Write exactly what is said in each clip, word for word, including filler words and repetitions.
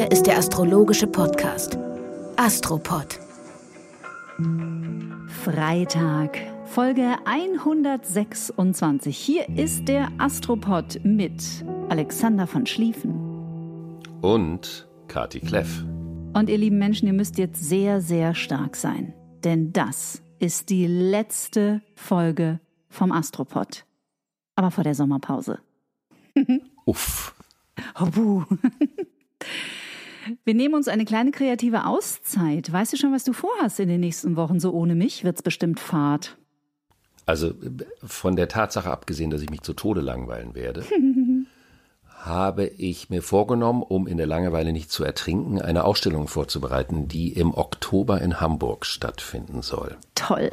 Hier ist der astrologische Podcast Astropod. Freitag, Folge hundertsechsundzwanzig. Hier ist der Astropod mit Alexander von Schlieffen. Und Kati Kleff. Und ihr lieben Menschen, ihr müsst jetzt sehr, sehr stark sein. Denn das ist die letzte Folge vom Astropod. Aber vor der Sommerpause. Uff. Hobu. Wir nehmen uns eine kleine kreative Auszeit. Weißt du schon, was du vorhast in den nächsten Wochen? So ohne mich wird's bestimmt Fahrt. Also von der Tatsache abgesehen, dass ich mich zu Tode langweilen werde, habe ich mir vorgenommen, um in der Langeweile nicht zu ertrinken, eine Ausstellung vorzubereiten, die im Oktober in Hamburg stattfinden soll. Toll.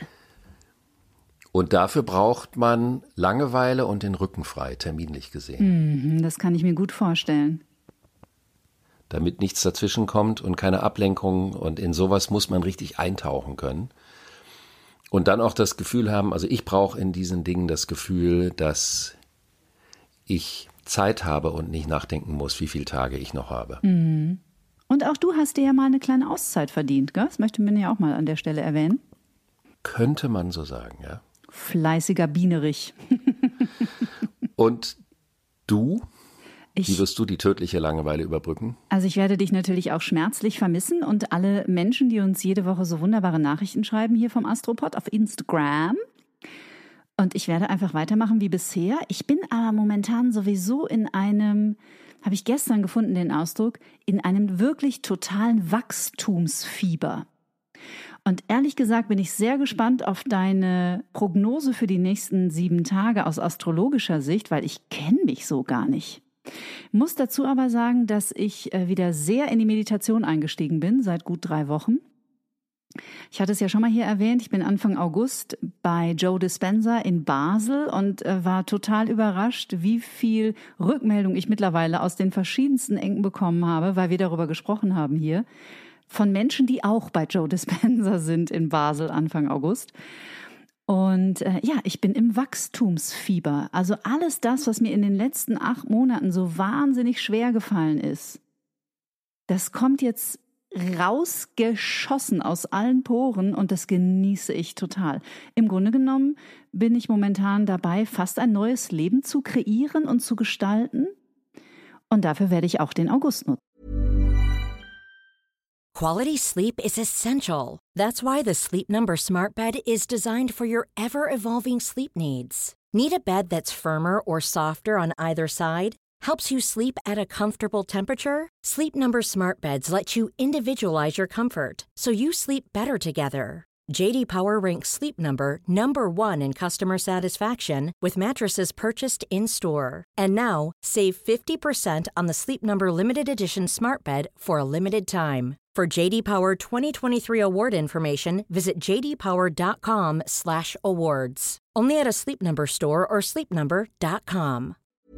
Und dafür braucht man Langeweile und den Rücken frei, terminlich gesehen. Das kann ich mir gut vorstellen. Damit nichts dazwischen kommt und keine Ablenkung. Und in sowas muss man richtig eintauchen können. Und dann auch das Gefühl haben, also ich brauche in diesen Dingen das Gefühl, dass ich Zeit habe und nicht nachdenken muss, wie viele Tage ich noch habe. Mhm. Und auch du hast dir ja mal eine kleine Auszeit verdient, gell? Das möchte man ja auch mal an der Stelle erwähnen. Könnte man so sagen, ja. Fleißiger Bienerich. Und du? Ich, Wie wirst du die tödliche Langeweile überbrücken? Also ich werde dich natürlich auch schmerzlich vermissen und alle Menschen, die uns jede Woche so wunderbare Nachrichten schreiben hier vom Astropod auf Instagram. Und ich werde einfach weitermachen wie bisher. Ich bin aber momentan sowieso in einem, habe ich gestern gefunden den Ausdruck, in einem wirklich totalen Wachstumsfieber. Und ehrlich gesagt bin ich sehr gespannt auf deine Prognose für die nächsten sieben Tage aus astrologischer Sicht, weil ich kenne mich so gar nicht. Muss dazu aber sagen, dass ich wieder sehr in die Meditation eingestiegen bin, seit gut drei Wochen. Ich hatte es ja schon mal hier erwähnt, ich bin Anfang August bei Joe Dispenza in Basel und war total überrascht, wie viel Rückmeldung ich mittlerweile aus den verschiedensten Ecken bekommen habe, weil wir darüber gesprochen haben hier, von Menschen, die auch bei Joe Dispenza sind in Basel Anfang August. Und äh, ja, ich bin im Wachstumsfieber. Also alles das, was mir in den letzten acht Monaten so wahnsinnig schwer gefallen ist, das kommt jetzt rausgeschossen aus allen Poren und das genieße ich total. Im Grunde genommen bin ich momentan dabei, fast ein neues Leben zu kreieren und zu gestalten. Und dafür werde ich auch den August nutzen. Quality sleep is essential. That's why the Sleep Number Smart Bed is designed for your ever-evolving sleep needs. Need a bed that's firmer or softer on either side? Helps you sleep at a comfortable temperature? Sleep Number Smart Beds let you individualize your comfort, so you sleep better together. J D Power ranks Sleep Number number one in customer satisfaction with mattresses purchased in-store. And now, save fifty percent on the Sleep Number Limited Edition Smart Bed for a limited time. For J D Power twenty twenty-three award information, visit j d power dot com slash awards. Only at a Sleep Number store or sleep number dot com.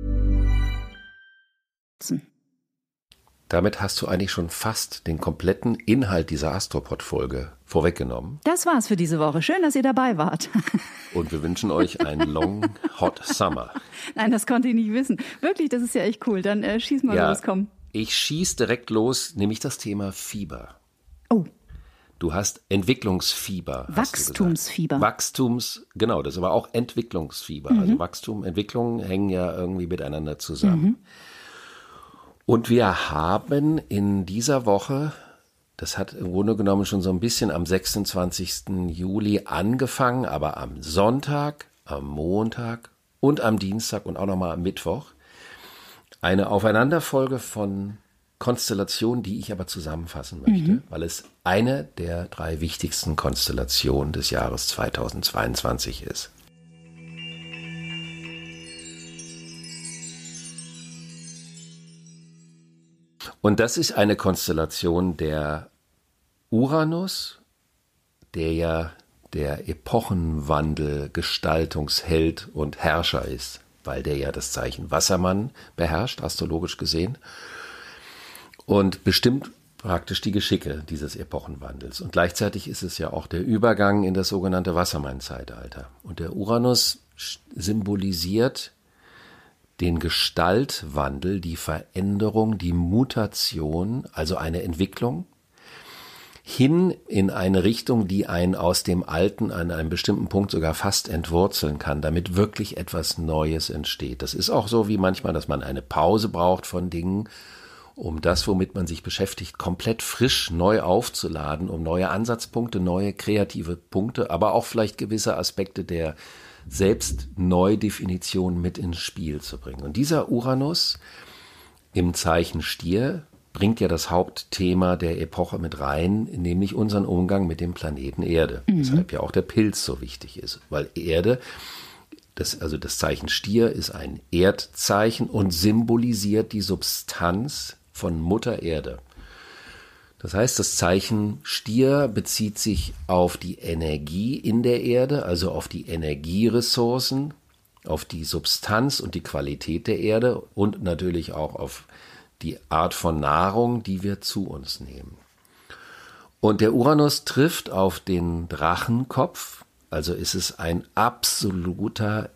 Damit hast du eigentlich schon fast den kompletten Inhalt dieser Astropod-Folge vorweggenommen. Das war's für diese Woche. Schön, dass ihr dabei wart. Und wir wünschen euch einen long, hot summer. Nein, das konnte ich nicht wissen. Wirklich, das ist ja echt cool. Dann äh, schieß mal ja, los, komm. Ich schieß direkt los, nämlich das Thema Fieber. Oh. Du hast Entwicklungsfieber. Wachstumsfieber. Hast du Wachstums, genau, das ist aber auch Entwicklungsfieber. Mhm. Also Wachstum, Entwicklung hängen ja irgendwie miteinander zusammen. Mhm. Und wir haben in dieser Woche, das hat im Grunde genommen schon so ein bisschen am sechsundzwanzigsten Juli angefangen, aber am Sonntag, am Montag und am Dienstag und auch nochmal am Mittwoch, eine Aufeinanderfolge von Konstellationen, die ich aber zusammenfassen möchte, mhm. weil es eine der drei wichtigsten Konstellationen des Jahres zweitausendzweiundzwanzig ist. Und das ist eine Konstellation der Uranus, der ja der Epochenwandel, Gestaltungsheld und Herrscher ist, weil der ja das Zeichen Wassermann beherrscht, astrologisch gesehen, und bestimmt praktisch die Geschicke dieses Epochenwandels. Und gleichzeitig ist es ja auch der Übergang in das sogenannte Wassermann-Zeitalter. Und der Uranus symbolisiert den Gestaltwandel, die Veränderung, die Mutation, also eine Entwicklung, hin in eine Richtung, die einen aus dem Alten an einem bestimmten Punkt sogar fast entwurzeln kann, damit wirklich etwas Neues entsteht. Das ist auch so wie manchmal, dass man eine Pause braucht von Dingen, um das, womit man sich beschäftigt, komplett frisch neu aufzuladen, um neue Ansatzpunkte, neue kreative Punkte, aber auch vielleicht gewisse Aspekte der Selbstneudefinition mit ins Spiel zu bringen. Und dieser Uranus im Zeichen Stier bringt ja das Hauptthema der Epoche mit rein, nämlich unseren Umgang mit dem Planeten Erde. Mhm. Weshalb ja auch der Pilz so wichtig ist, weil Erde, das, also das Zeichen Stier ist ein Erdzeichen und symbolisiert die Substanz von Mutter Erde. Das heißt, das Zeichen Stier bezieht sich auf die Energie in der Erde, also auf die Energieressourcen, auf die Substanz und die Qualität der Erde und natürlich auch auf die Art von Nahrung, die wir zu uns nehmen. Und der Uranus trifft auf den Drachenkopf, also ist es ein absoluter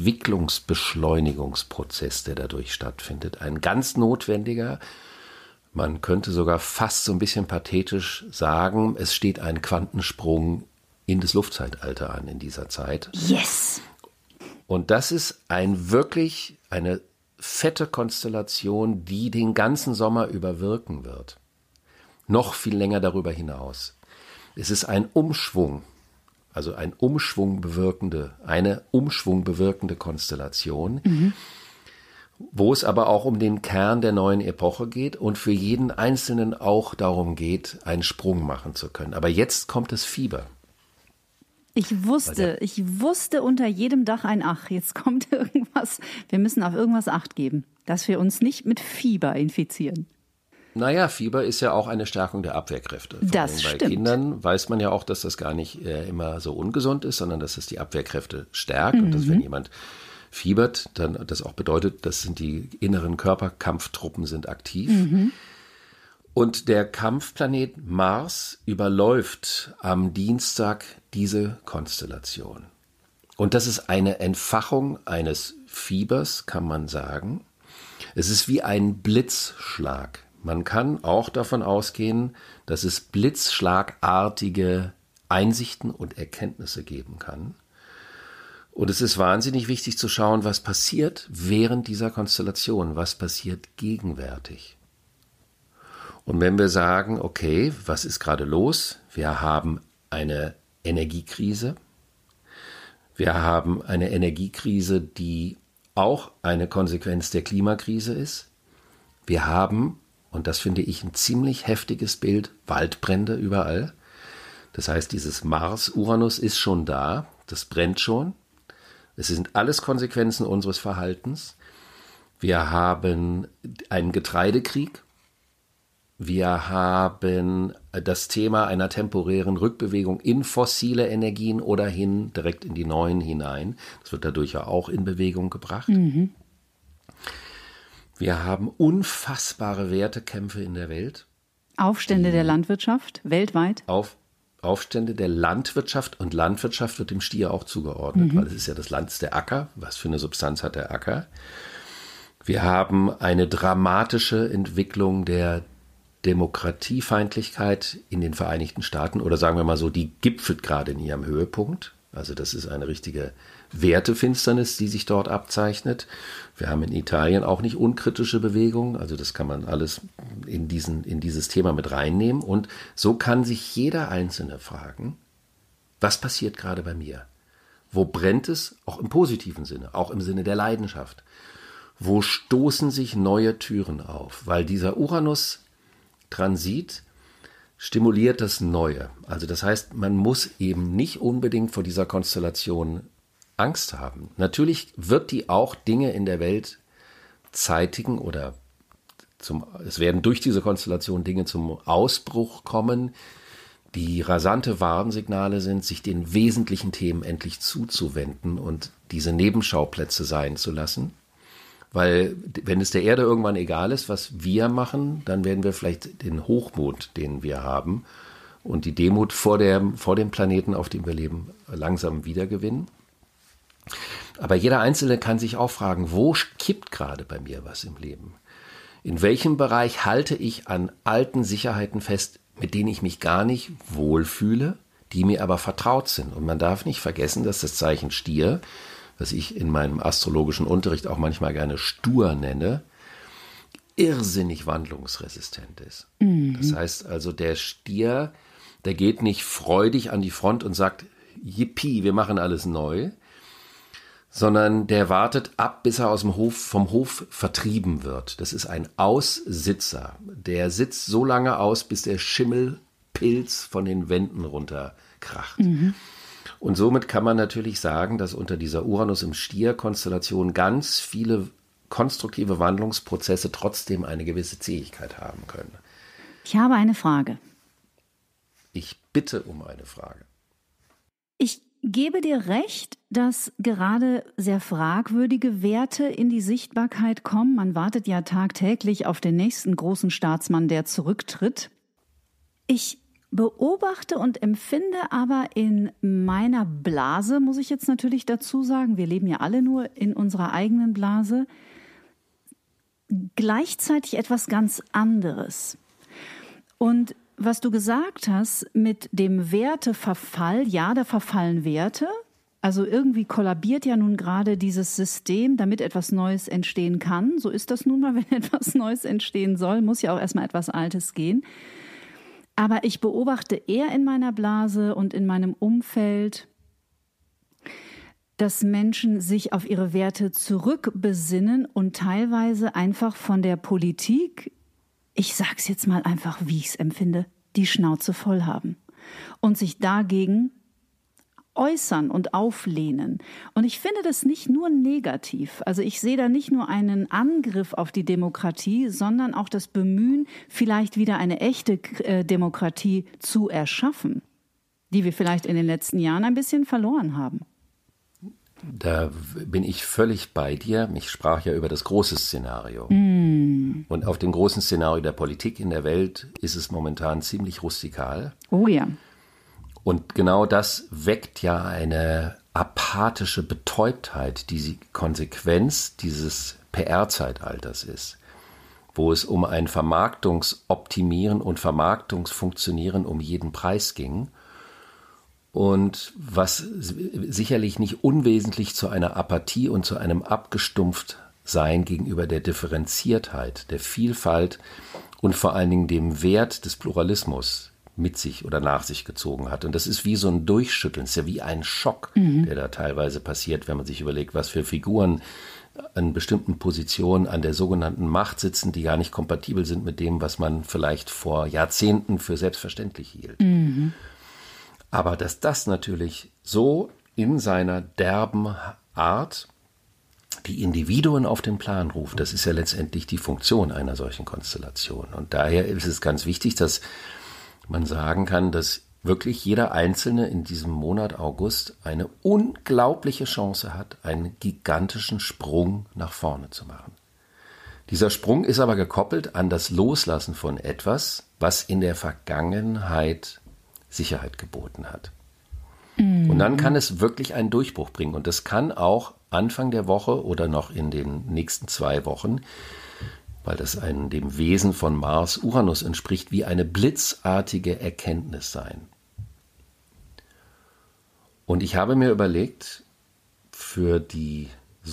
Entwicklungsbeschleunigungsprozess, der dadurch stattfindet. Ein ganz notwendiger, man könnte sogar fast so ein bisschen pathetisch sagen, es steht ein Quantensprung in das Luftzeitalter an in dieser Zeit. Yes! Und das ist ein wirklich eine fette Konstellation, die den ganzen Sommer überwirken wird. Noch viel länger darüber hinaus. Es ist ein Umschwung, also ein Umschwung bewirkende, eine Umschwung bewirkende Konstellation, mhm. wo es aber auch um den Kern der neuen Epoche geht und für jeden Einzelnen auch darum geht, einen Sprung machen zu können. Aber jetzt kommt das Fieber. Ich wusste, ich wusste unter jedem Dach ein Ach, jetzt kommt irgendwas, wir müssen auf irgendwas Acht geben, dass wir uns nicht mit Fieber infizieren. Naja, Fieber ist ja auch eine Stärkung der Abwehrkräfte. Vor das allem bei stimmt. Kindern weiß man ja auch, dass das gar nicht äh, immer so ungesund ist, sondern dass es die Abwehrkräfte stärkt mhm. und dass wenn jemand fiebert, dann das auch bedeutet, das sind die inneren Körperkampftruppen sind aktiv. Mhm. Und der Kampfplanet Mars überläuft am Dienstag diese Konstellation. Und das ist eine Entfachung eines Fiebers, kann man sagen. Es ist wie ein Blitzschlag. Man kann auch davon ausgehen, dass es blitzschlagartige Einsichten und Erkenntnisse geben kann. Und es ist wahnsinnig wichtig zu schauen, was passiert während dieser Konstellation, was passiert gegenwärtig. Und wenn wir sagen, okay, was ist gerade los? Wir haben eine Energiekrise. Wir haben eine Energiekrise, die auch eine Konsequenz der Klimakrise ist. Wir haben, und das finde ich ein ziemlich heftiges Bild, Waldbrände überall. Das heißt, dieses Mars-Uranus ist schon da, das brennt schon. Es sind alles Konsequenzen unseres Verhaltens. Wir haben einen Getreidekrieg. Wir haben das Thema einer temporären Rückbewegung in fossile Energien oder hin direkt in die neuen hinein. Das wird dadurch ja auch in Bewegung gebracht. Mhm. Wir haben unfassbare Wertekämpfe in der Welt. Aufstände der Landwirtschaft weltweit. Auf, Aufstände der Landwirtschaft und Landwirtschaft wird dem Stier auch zugeordnet, mhm. weil es ist ja das Land der Acker. Was für eine Substanz hat der Acker? Wir haben eine dramatische Entwicklung der Demokratiefeindlichkeit in den Vereinigten Staaten oder sagen wir mal so, die gipfelt gerade in ihrem Höhepunkt. Also das ist eine richtige Wertefinsternis, die sich dort abzeichnet. Wir haben in Italien auch nicht unkritische Bewegungen, also das kann man alles in, diesen, in dieses Thema mit reinnehmen. Und so kann sich jeder Einzelne fragen, was passiert gerade bei mir? Wo brennt es, auch im positiven Sinne, auch im Sinne der Leidenschaft? Wo stoßen sich neue Türen auf? Weil dieser Uranus Transit stimuliert das Neue. Also das heißt, man muss eben nicht unbedingt vor dieser Konstellation Angst haben. Natürlich wird die auch Dinge in der Welt zeitigen oder zum, es werden durch diese Konstellation Dinge zum Ausbruch kommen, die rasante Warnsignale sind, sich den wesentlichen Themen endlich zuzuwenden und diese Nebenschauplätze sein zu lassen. Weil wenn es der Erde irgendwann egal ist, was wir machen, dann werden wir vielleicht den Hochmut, den wir haben und die Demut vor, der, vor dem Planeten, auf dem wir leben, langsam wiedergewinnen. Aber jeder Einzelne kann sich auch fragen, wo kippt gerade bei mir was im Leben? In welchem Bereich halte ich an alten Sicherheiten fest, mit denen ich mich gar nicht wohlfühle, die mir aber vertraut sind? Und man darf nicht vergessen, dass das Zeichen Stier, was ich in meinem astrologischen Unterricht auch manchmal gerne stur nenne, irrsinnig wandlungsresistent ist. Mhm. Das heißt also, der Stier, der geht nicht freudig an die Front und sagt, yippie, wir machen alles neu, sondern der wartet ab, bis er aus dem Hof, vom Hof vertrieben wird. Das ist ein Aussitzer. Der sitzt so lange aus, bis der Schimmelpilz von den Wänden runterkracht. Mhm. Und somit kann man natürlich sagen, dass unter dieser Uranus im Stier-Konstellation ganz viele konstruktive Wandlungsprozesse trotzdem eine gewisse Zähigkeit haben können. Ich habe eine Frage. Ich bitte um eine Frage. Ich gebe dir recht, dass gerade sehr fragwürdige Werte in die Sichtbarkeit kommen. Man wartet ja tagtäglich auf den nächsten großen Staatsmann, der zurücktritt. Ich beobachte und empfinde aber in meiner Blase, muss ich jetzt natürlich dazu sagen, wir leben ja alle nur in unserer eigenen Blase, gleichzeitig etwas ganz anderes. Und was du gesagt hast mit dem Werteverfall, ja, da verfallen Werte. Also irgendwie kollabiert ja nun gerade dieses System, damit etwas Neues entstehen kann. So ist das nun mal, wenn etwas Neues entstehen soll, muss ja auch erstmal etwas Altes gehen. Aber ich beobachte eher in meiner Blase und in meinem Umfeld, dass Menschen sich auf ihre Werte zurückbesinnen und teilweise einfach von der Politik, ich sag's jetzt mal einfach, wie ich es empfinde, die Schnauze voll haben und sich dagegen äußern und auflehnen. Und ich finde das nicht nur negativ. Also ich sehe da nicht nur einen Angriff auf die Demokratie, sondern auch das Bemühen, vielleicht wieder eine echte äh, Demokratie zu erschaffen, die wir vielleicht in den letzten Jahren ein bisschen verloren haben. Da bin ich völlig bei dir. Ich sprach ja über das große Szenario. Mm. Und auf dem großen Szenario der Politik in der Welt ist es momentan ziemlich rustikal. Oh ja. Und genau das weckt ja eine apathische Betäubtheit, die die Konsequenz dieses P R-Zeitalters ist, wo es um ein Vermarktungsoptimieren und Vermarktungsfunktionieren um jeden Preis ging. Und was sicherlich nicht unwesentlich zu einer Apathie und zu einem Abgestumpftsein gegenüber der Differenziertheit, der Vielfalt und vor allen Dingen dem Wert des Pluralismus mit sich oder nach sich gezogen hat. Und das ist wie so ein Durchschütteln, es ist ja wie ein Schock, mhm. der da teilweise passiert, wenn man sich überlegt, was für Figuren an bestimmten Positionen an der sogenannten Macht sitzen, die gar nicht kompatibel sind mit dem, was man vielleicht vor Jahrzehnten für selbstverständlich hielt. Mhm. Aber dass das natürlich so in seiner derben Art die Individuen auf den Plan ruft, das ist ja letztendlich die Funktion einer solchen Konstellation. Und daher ist es ganz wichtig, dass man sagen kann, dass wirklich jeder Einzelne in diesem Monat August eine unglaubliche Chance hat, einen gigantischen Sprung nach vorne zu machen. Dieser Sprung ist aber gekoppelt an das Loslassen von etwas, was in der Vergangenheit Sicherheit geboten hat. Mhm. Und dann kann es wirklich einen Durchbruch bringen. Und das kann auch Anfang der Woche oder noch in den nächsten zwei Wochen, weil das einem dem Wesen von Mars-Uranus entspricht, wie eine blitzartige Erkenntnis sein. Und ich habe mir überlegt, für die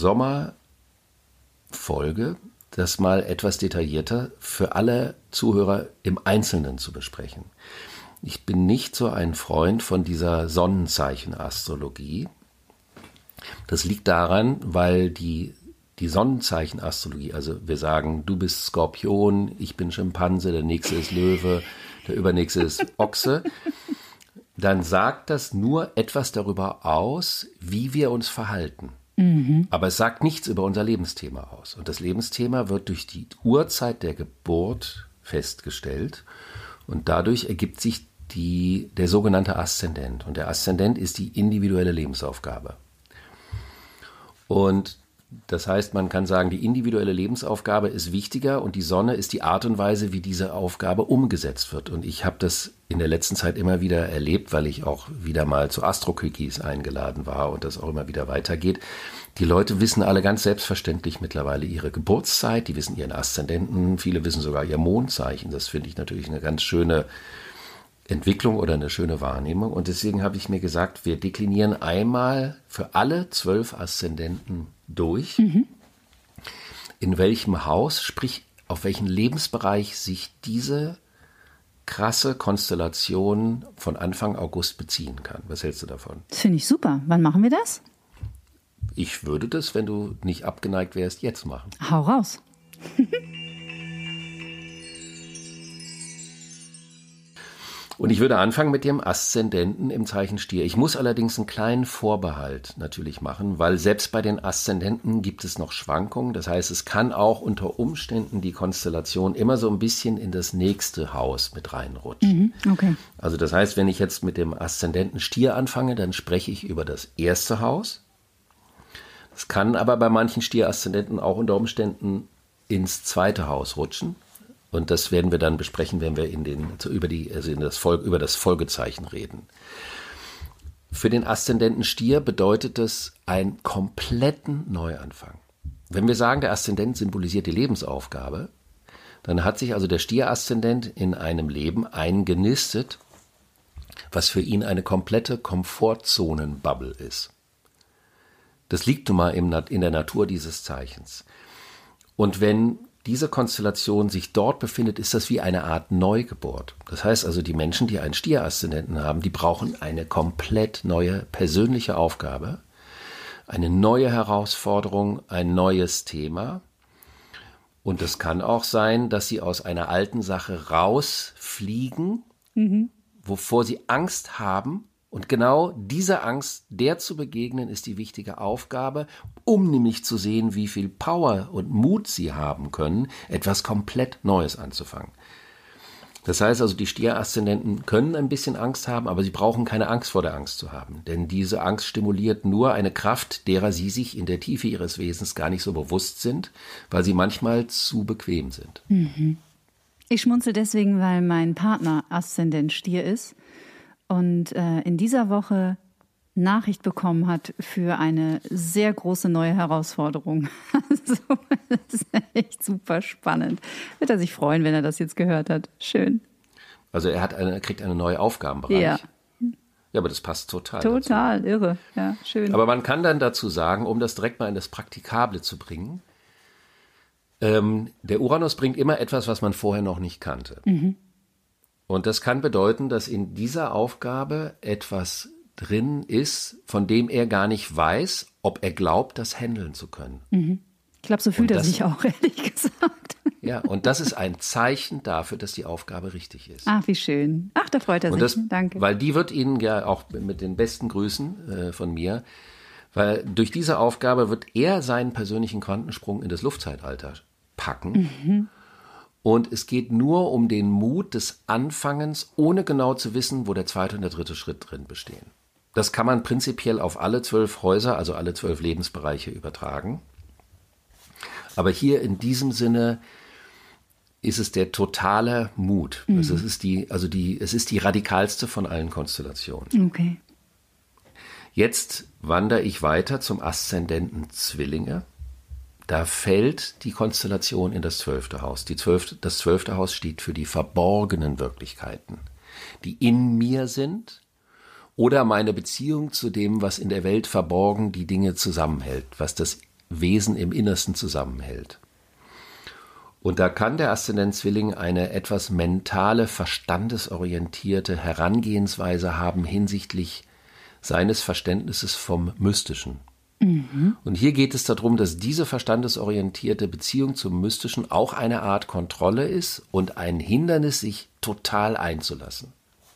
Sommerfolge das mal etwas detaillierter für alle Zuhörer im Einzelnen zu besprechen. Ich bin nicht so ein Freund von dieser Sonnenzeichen-Astrologie. Das liegt daran, weil die, die Sonnenzeichen-Astrologie, also wir sagen, du bist Skorpion, ich bin Schimpanse, der nächste ist Löwe, der übernächste ist Ochse, dann sagt das nur etwas darüber aus, wie wir uns verhalten. Mhm. Aber es sagt nichts über unser Lebensthema aus. Und das Lebensthema wird durch die Uhrzeit der Geburt festgestellt und dadurch ergibt sich Die, der sogenannte Aszendent. Und der Aszendent ist die individuelle Lebensaufgabe. Und Das heißt, man kann sagen, die individuelle Lebensaufgabe ist wichtiger und die Sonne ist die Art und Weise, wie diese Aufgabe umgesetzt wird. Und ich habe das in der letzten Zeit immer wieder erlebt, weil ich auch wieder mal zu Astro-Quickies eingeladen war und das auch immer wieder weitergeht. Die Leute wissen alle ganz selbstverständlich mittlerweile ihre Geburtszeit, die wissen ihren Aszendenten, viele wissen sogar ihr Mondzeichen. Das finde ich natürlich eine ganz schöne Entwicklung oder eine schöne Wahrnehmung. Und deswegen habe ich mir gesagt, wir deklinieren einmal für alle zwölf Aszendenten durch, mhm. in welchem Haus, sprich auf welchen Lebensbereich sich diese krasse Konstellation von Anfang August beziehen kann. Was hältst du davon? Das finde ich super. Wann machen wir das? Ich würde das, wenn du nicht abgeneigt wärst, jetzt machen. Hau raus. Und ich würde anfangen mit dem Aszendenten im Zeichen Stier. Ich muss allerdings einen kleinen Vorbehalt natürlich machen, weil selbst bei den Aszendenten gibt es noch Schwankungen. Das heißt, es kann auch unter Umständen die Konstellation immer so ein bisschen in das nächste Haus mit reinrutschen. Mhm, okay. Also das heißt, wenn ich jetzt mit dem Aszendenten Stier anfange, dann spreche ich über das erste Haus. Das kann aber bei manchen Stier-Aszendenten auch unter Umständen ins zweite Haus rutschen. Und das werden wir dann besprechen, wenn wir in den, also über, die, also in das Folge, über das Folgezeichen reden. Für den Aszendenten Stier bedeutet das einen kompletten Neuanfang. Wenn wir sagen, der Aszendent symbolisiert die Lebensaufgabe, dann hat sich also der Stier-Aszendent in einem Leben eingenistet, was für ihn eine komplette Komfortzonen-Bubble ist. Das liegt nun mal im, in der Natur dieses Zeichens. Und wenn diese Konstellation sich dort befindet, ist das wie eine Art Neugeburt. Das heißt also, die Menschen, die einen Stier-Aszendenten haben, die brauchen eine komplett neue persönliche Aufgabe, eine neue Herausforderung, ein neues Thema. Und es kann auch sein, dass sie aus einer alten Sache rausfliegen, mhm. wovor sie Angst haben. Und genau dieser Angst, der zu begegnen, ist die wichtige Aufgabe, um nämlich zu sehen, wie viel Power und Mut sie haben können, etwas komplett Neues anzufangen. Das heißt also, die Stier-Aszendenten können ein bisschen Angst haben, aber sie brauchen keine Angst vor der Angst zu haben. Denn diese Angst stimuliert nur eine Kraft, derer sie sich in der Tiefe ihres Wesens gar nicht so bewusst sind, weil sie manchmal zu bequem sind. Mhm. Ich schmunzel deswegen, weil mein Partner Aszendent Stier ist. Und äh, in dieser Woche Nachricht bekommen hat für eine sehr große neue Herausforderung. Also, das ist echt super spannend. Wird er sich freuen, wenn er das jetzt gehört hat. Schön. Also er hat eine, er kriegt einen neuen Aufgabenbereich. Ja. Ja, aber das passt total. Total, dazu. Irre. Ja, schön. Aber man kann dann dazu sagen, um das direkt mal in das Praktikable zu bringen, ähm, der Uranus bringt immer etwas, was man vorher noch nicht kannte. Mhm. Und das kann bedeuten, dass in dieser Aufgabe etwas drin ist, von dem er gar nicht weiß, ob er glaubt, das handeln zu können. Mhm. Ich glaube, so fühlt und er das, sich auch, ehrlich gesagt. Ja, und das ist ein Zeichen dafür, dass die Aufgabe richtig ist. Ach, wie schön. Ach, da freut er und sich. Das, Danke. Weil die wird Ihnen ja auch mit den besten Grüßen äh, von mir, weil durch diese Aufgabe wird er seinen persönlichen Quantensprung in das Luftzeitalter packen. Mhm. Und es geht nur um den Mut des Anfangens, ohne genau zu wissen, wo der zweite und der dritte Schritt drin bestehen. Das kann man prinzipiell auf alle zwölf Häuser, also alle zwölf Lebensbereiche übertragen. Aber hier in diesem Sinne ist es der totale Mut. Mhm. Also es ist die, also die, es ist die radikalste von allen Konstellationen. Okay. Jetzt wandere ich weiter zum Aszendenten Zwillinge. Da fällt die Konstellation in das zwölfte Haus. Die zwölfte, das zwölfte Haus steht für die verborgenen Wirklichkeiten, die in mir sind oder meine Beziehung zu dem, was in der Welt verborgen die Dinge zusammenhält, was das Wesen im Innersten zusammenhält. Und da kann der Aszendent Zwilling eine etwas mentale, verstandesorientierte Herangehensweise haben hinsichtlich seines Verständnisses vom Mystischen. Mhm. Und hier geht es darum, dass diese verstandesorientierte Beziehung zum Mystischen auch eine Art Kontrolle ist und ein Hindernis, sich total einzulassen.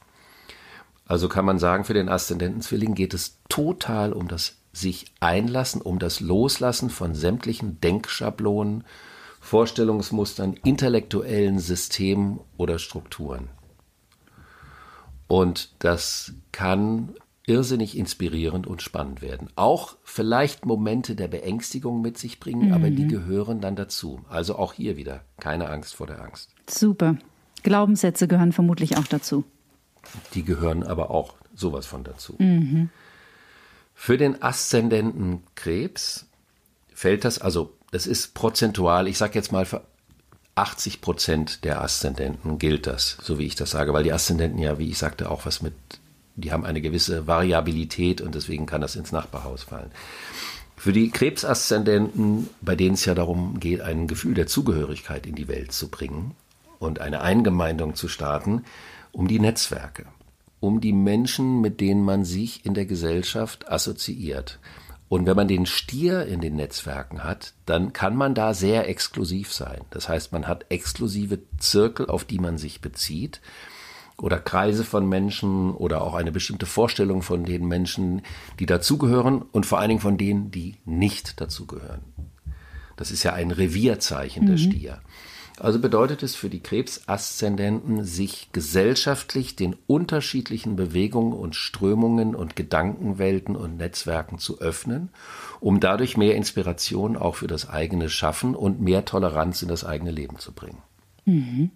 Also kann man sagen, für den Aszendenten Zwilling geht es total um das sich einlassen, um das Loslassen von sämtlichen Denkschablonen, Vorstellungsmustern, intellektuellen Systemen oder Strukturen. Und das kann irrsinnig inspirierend und spannend werden. Auch vielleicht Momente der Beängstigung mit sich bringen, mhm. aber die gehören dann dazu. Also auch hier wieder keine Angst vor der Angst. Super. Glaubenssätze gehören vermutlich auch dazu. Die gehören aber auch sowas von dazu. Mhm. Für den Aszendenten Krebs fällt das, also das ist prozentual, ich sage jetzt mal für achtzig Prozent der Aszendenten gilt das, so wie ich das sage, weil die Aszendenten ja, wie ich sagte, auch was mit, die haben eine gewisse Variabilität und deswegen kann das ins Nachbarhaus fallen. Für die Krebsaszendenten, bei denen es ja darum geht, ein Gefühl der Zugehörigkeit in die Welt zu bringen und eine Eingemeindung zu starten, um die Netzwerke, um die Menschen, mit denen man sich in der Gesellschaft assoziiert. Und wenn man den Stier in den Netzwerken hat, dann kann man da sehr exklusiv sein. Das heißt, man hat exklusive Zirkel, auf die man sich bezieht, oder Kreise von Menschen oder auch eine bestimmte Vorstellung von den Menschen, die dazugehören und vor allen Dingen von denen, die nicht dazugehören. Das ist ja ein Revierzeichen mhm. der Stier. Also bedeutet es für die Krebsaszendenten, sich gesellschaftlich den unterschiedlichen Bewegungen und Strömungen und Gedankenwelten und Netzwerken zu öffnen, um dadurch mehr Inspiration auch für das eigene Schaffen und mehr Toleranz in das eigene Leben zu bringen. Mhm.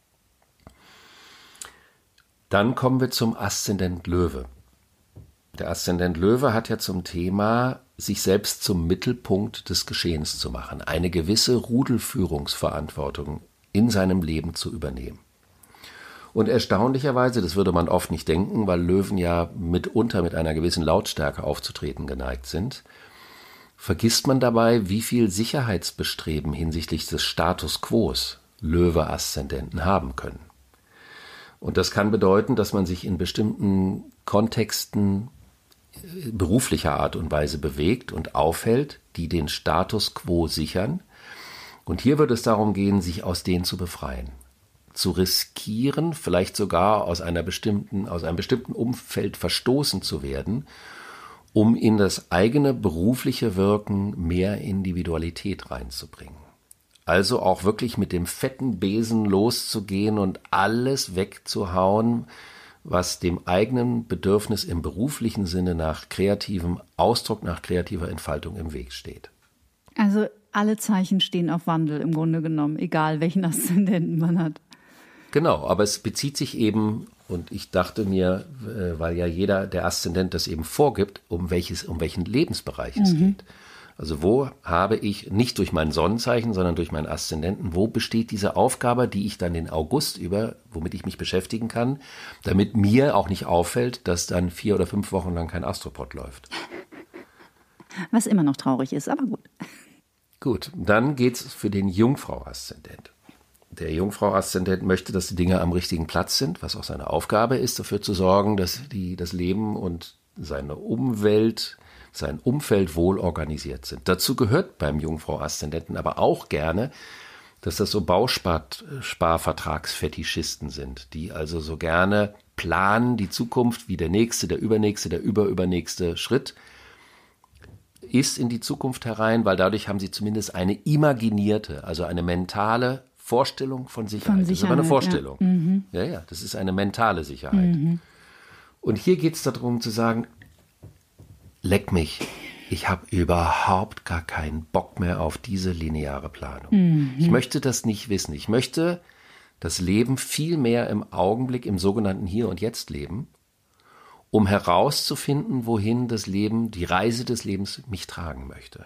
Dann kommen wir zum Aszendent Löwe. Der Aszendent Löwe hat ja zum Thema, sich selbst zum Mittelpunkt des Geschehens zu machen, eine gewisse Rudelführungsverantwortung in seinem Leben zu übernehmen. Und erstaunlicherweise, das würde man oft nicht denken, weil Löwen ja mitunter mit einer gewissen Lautstärke aufzutreten geneigt sind, vergisst man dabei, wie viel Sicherheitsbestreben hinsichtlich des Status Quos Löwe-Aszendenten haben können. Und das kann bedeuten, dass man sich in bestimmten Kontexten beruflicher Art und Weise bewegt und aufhält, die den Status quo sichern. Und hier wird es darum gehen, sich aus denen zu befreien, zu riskieren, vielleicht sogar aus einer bestimmten, aus einem bestimmten Umfeld verstoßen zu werden, um in das eigene berufliche Wirken mehr Individualität reinzubringen. Also auch wirklich mit dem fetten Besen loszugehen und alles wegzuhauen, was dem eigenen Bedürfnis im beruflichen Sinne nach kreativem Ausdruck, nach kreativer Entfaltung im Weg steht. Also alle Zeichen stehen auf Wandel im Grunde genommen, egal welchen Aszendenten man hat. Genau, aber es bezieht sich eben, und ich dachte mir, weil ja jeder, der Aszendent das eben vorgibt, um welches, um welchen Lebensbereich es mhm. geht. Also wo habe ich, nicht durch mein Sonnenzeichen, sondern durch meinen Aszendenten, wo besteht diese Aufgabe, die ich dann den August über, womit ich mich beschäftigen kann, damit mir auch nicht auffällt, dass dann vier oder fünf Wochen lang kein Astropod läuft. Was immer noch traurig ist, aber gut. Gut, dann geht's für den Jungfrau-Aszendent. Der Jungfrau-Aszendent möchte, dass die Dinge am richtigen Platz sind, was auch seine Aufgabe ist, dafür zu sorgen, dass die, das Leben und seine Umwelt, sein Umfeld wohl organisiert sind. Dazu gehört beim Jungfrau-Aszendenten aber auch gerne, dass das so Bausparvertragsfetischisten sind, die also so gerne planen die Zukunft, wie der nächste, der übernächste, der überübernächste Schritt ist in die Zukunft herein, weil dadurch haben sie zumindest eine imaginierte, also eine mentale Vorstellung von Sicherheit. Von Sicherheit, das ist aber eine Vorstellung. Ja. Mhm. ja, ja, das ist eine mentale Sicherheit. Mhm. Und hier geht es darum zu sagen, leck mich, ich habe überhaupt gar keinen Bock mehr auf diese lineare Planung. Mhm. Ich möchte das nicht wissen. Ich möchte das Leben viel mehr im Augenblick, im sogenannten Hier und Jetzt leben, um herauszufinden, wohin das Leben, die Reise des Lebens mich tragen möchte.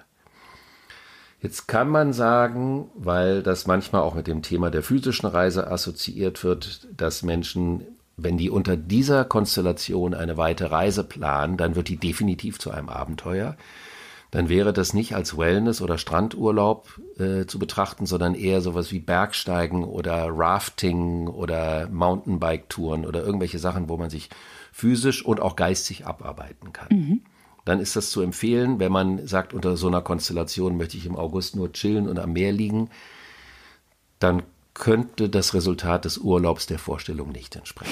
Jetzt kann man sagen, weil das manchmal auch mit dem Thema der physischen Reise assoziiert wird, dass Menschen, wenn die unter dieser Konstellation eine weite Reise planen, dann wird die definitiv zu einem Abenteuer. Dann wäre das nicht als Wellness- oder Strandurlaub äh, zu betrachten, sondern eher sowas wie Bergsteigen oder Rafting oder Mountainbike-Touren oder irgendwelche Sachen, wo man sich physisch und auch geistig abarbeiten kann. Mhm. Dann ist das zu empfehlen, wenn man sagt, unter so einer Konstellation möchte ich im August nur chillen und am Meer liegen, dann könnte das Resultat des Urlaubs der Vorstellung nicht entsprechen.